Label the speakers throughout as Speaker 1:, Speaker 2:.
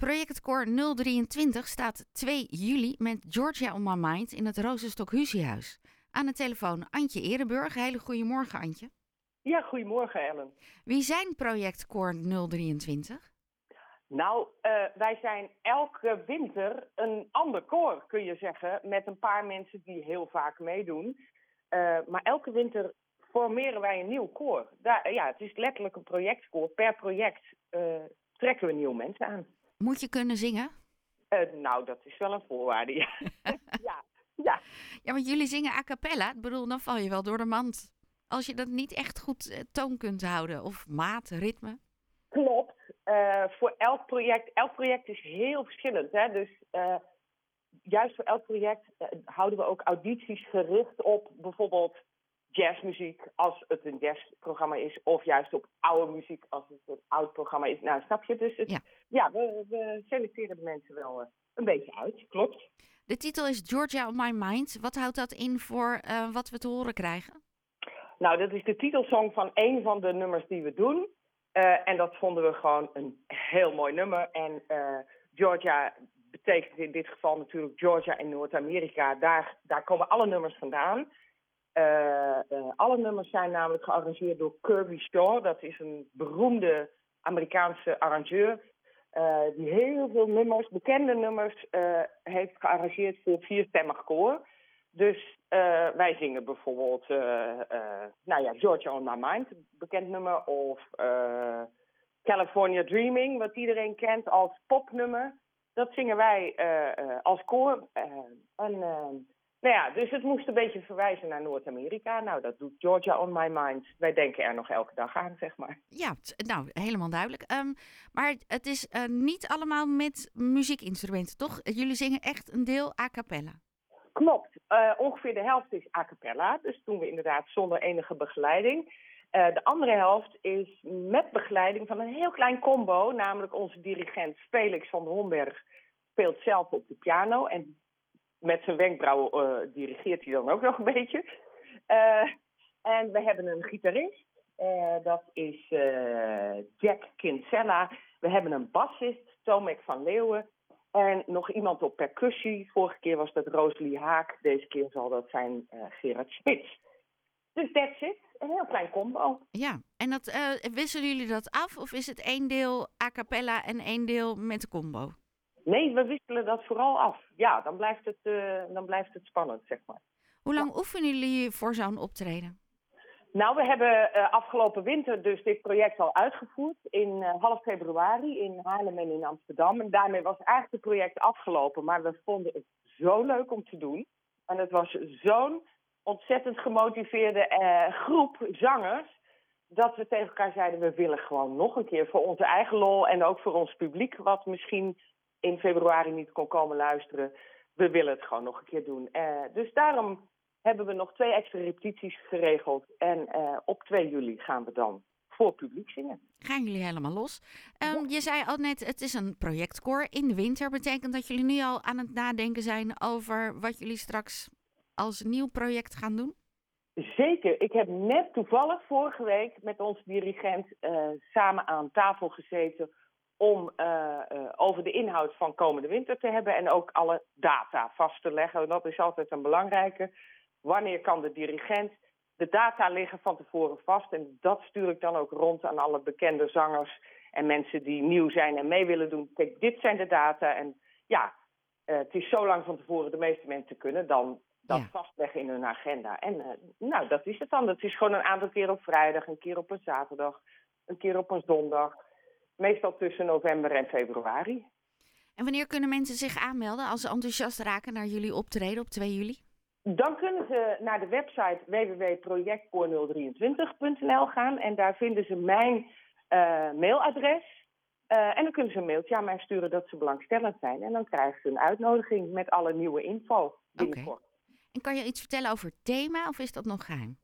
Speaker 1: Projectkoor 023 staat 2 juli met Georgia on My Mind in het Rozenstock Huziehuis. Aan de telefoon Antje Ereburg. Hele goedemorgen, Antje.
Speaker 2: Ja, goedemorgen Ellen.
Speaker 1: Wie zijn Projectkoor 023?
Speaker 2: Nou, wij zijn elke winter een ander koor, kun je zeggen, met een paar mensen die heel vaak meedoen. Maar elke winter formeren wij een nieuw koor. Het is letterlijk een projectkoor. Per project trekken we nieuwe mensen aan.
Speaker 1: Moet je kunnen zingen?
Speaker 2: Nou, dat is wel een voorwaarde, ja. Ja.
Speaker 1: Ja, want jullie zingen a cappella. Ik bedoel, dan val je wel door de mand. Als je dat niet echt goed toon kunt houden. Of maat, ritme.
Speaker 2: Klopt. Voor elk project is heel verschillend. Hè? Dus juist voor elk project houden we ook audities gericht op bijvoorbeeld jazzmuziek als het een jazzprogramma is. Of juist op oude muziek als het een oud programma is. Nou, snap je? Dus we selecteren de mensen wel een beetje uit. Klopt.
Speaker 1: De titel is Georgia on My Mind. Wat houdt dat in voor wat we te horen krijgen?
Speaker 2: Nou, dat is de titelsong van een van de nummers die we doen. En dat vonden we gewoon een heel mooi nummer. En Georgia betekent in dit geval natuurlijk Georgia in Noord-Amerika. Daar komen alle nummers vandaan. Alle nummers zijn namelijk gearrangeerd door Kirby Shaw. Dat is een beroemde Amerikaanse arrangeur. Die heel veel nummers, bekende nummers, heeft gearrangeerd voor 4-stemmig koor. Dus wij zingen bijvoorbeeld Georgia on My Mind, bekend nummer. Of California Dreaming, wat iedereen kent als popnummer. Dat zingen wij als koor. Dus het moest een beetje verwijzen naar Noord-Amerika. Nou, dat doet Georgia on My Mind. Wij denken er nog elke dag aan, zeg maar.
Speaker 1: Ja, nou, helemaal duidelijk. Maar het is niet allemaal met muziekinstrumenten, toch? Jullie zingen echt een deel a cappella.
Speaker 2: Klopt. Ongeveer de helft is a cappella. Dus doen we inderdaad zonder enige begeleiding. De andere helft is met begeleiding van een heel klein combo. Namelijk onze dirigent Felix van der Homberg speelt zelf op de piano. En met zijn wenkbrauwen dirigeert hij dan ook nog een beetje. En we hebben een gitarist. Dat is Jack Kinsella. We hebben een bassist, Tomek van Leeuwen. En nog iemand op percussie. Vorige keer was dat Rosalie Haak. Deze keer zal dat zijn Gerard Spits. Dus that's it. Een heel klein combo.
Speaker 1: Ja, en wisselen jullie dat af? Of is het één deel a cappella en één deel met de combo?
Speaker 2: Nee, we wisselen dat vooral af. Ja, dan blijft het spannend, zeg maar.
Speaker 1: Hoe lang oefenen jullie voor zo'n optreden?
Speaker 2: Nou, we hebben afgelopen winter dus dit project al uitgevoerd. In half februari in Haarlem en in Amsterdam. En daarmee was eigenlijk het project afgelopen. Maar we vonden het zo leuk om te doen. En het was zo'n ontzettend gemotiveerde groep zangers. Dat we tegen elkaar zeiden, we willen gewoon nog een keer voor onze eigen lol. En ook voor ons publiek, wat misschien in februari niet kon komen luisteren. We willen het gewoon nog een keer doen. Dus daarom hebben we nog 2 extra repetities geregeld. En op 2 juli gaan we dan voor publiek zingen.
Speaker 1: Gaan jullie helemaal los? Je zei al net, het is een projectkoor in de winter. Betekent dat jullie nu al aan het nadenken zijn over wat jullie straks als nieuw project gaan doen?
Speaker 2: Zeker. Ik heb net toevallig vorige week met onze dirigent samen aan tafel gezeten om over de inhoud van komende winter te hebben en ook alle data vast te leggen. Dat is altijd een belangrijke. Wanneer kan de dirigent? De data liggen van tevoren vast en dat stuur ik dan ook rond aan alle bekende zangers en mensen die nieuw zijn en mee willen doen. Kijk, dit zijn de data en het is zo lang van tevoren de meeste mensen kunnen dan dat vastleggen in hun agenda. En dat is het dan. Het is gewoon een aantal keer op vrijdag, een keer op een zaterdag, een keer op een zondag. Meestal tussen november en februari.
Speaker 1: En wanneer kunnen mensen zich aanmelden als ze enthousiast raken naar jullie optreden op 2 juli?
Speaker 2: Dan kunnen ze naar de website www.projectkoor023.nl gaan. En daar vinden ze mijn mailadres. En dan kunnen ze een mailtje aan mij sturen dat ze belangstellend zijn. En dan krijgen ze een uitnodiging met alle nieuwe info binnenkort.
Speaker 1: Okay. En kan je iets vertellen over het thema of is dat nog geheim?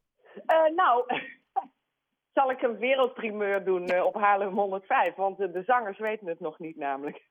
Speaker 2: Zal ik een wereldprimeur doen op Haarlem 105? Want de zangers weten het nog niet namelijk.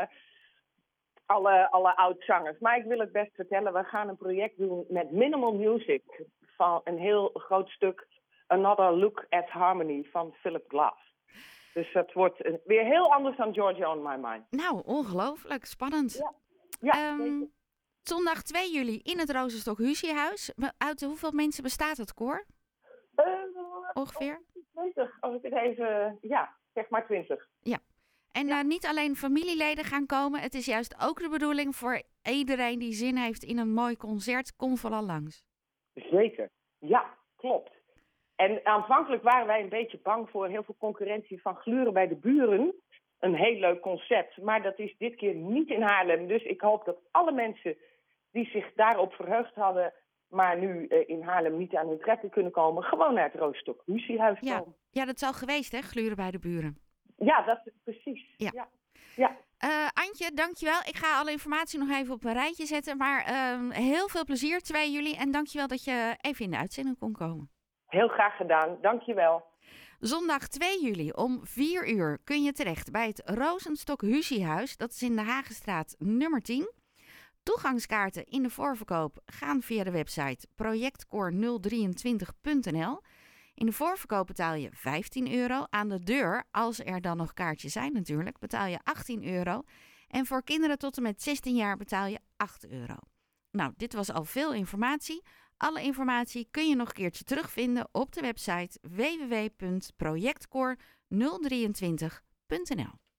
Speaker 2: alle oud-zangers. Maar ik wil het best vertellen. We gaan een project doen met Minimal Music. Van een heel groot stuk Another Look at Harmony van Philip Glass. Dus dat wordt weer heel anders dan Georgia on My Mind.
Speaker 1: Nou, ongelooflijk. Spannend.
Speaker 2: Ja,
Speaker 1: Ehm, zondag 2 juli in het Rozenstok Huziehuis. Uit hoeveel mensen bestaat het koor? Ongeveer?
Speaker 2: 20, als ik het even... Ja, zeg maar 20.
Speaker 1: Ja. En niet alleen familieleden gaan komen. Het is juist ook de bedoeling voor iedereen die zin heeft in een mooi concert. Kom vooral langs.
Speaker 2: Zeker. Ja, klopt. En aanvankelijk waren wij een beetje bang voor heel veel concurrentie van Gluren bij de Buren. Een heel leuk concept, maar dat is dit keer niet in Haarlem. Dus ik hoop dat alle mensen die zich daarop verheugd hadden, maar nu in Haarlem niet aan hun trekken kunnen komen, gewoon naar het Rozenstok Huziehuis komen.
Speaker 1: Ja, dat is al geweest, hè? Gluren bij de Buren.
Speaker 2: Ja, dat precies. Ja.
Speaker 1: Antje, dankjewel. Ik ga alle informatie nog even op een rijtje zetten. Maar heel veel plezier 2 juli. En dankjewel dat je even in de uitzending kon komen.
Speaker 2: Heel graag gedaan. Dankjewel.
Speaker 1: Zondag 2 juli om 4 uur kun je terecht bij het Rozenstok Huziehuis. Dat is in de Hagenstraat nummer 10. Toegangskaarten in de voorverkoop gaan via de website projectcore023.nl. In de voorverkoop betaal je €15. Aan de deur, als er dan nog kaartjes zijn natuurlijk, betaal je €18. En voor kinderen tot en met 16 jaar betaal je €8. Nou, dit was al veel informatie. Alle informatie kun je nog een keertje terugvinden op de website www.projectcore023.nl.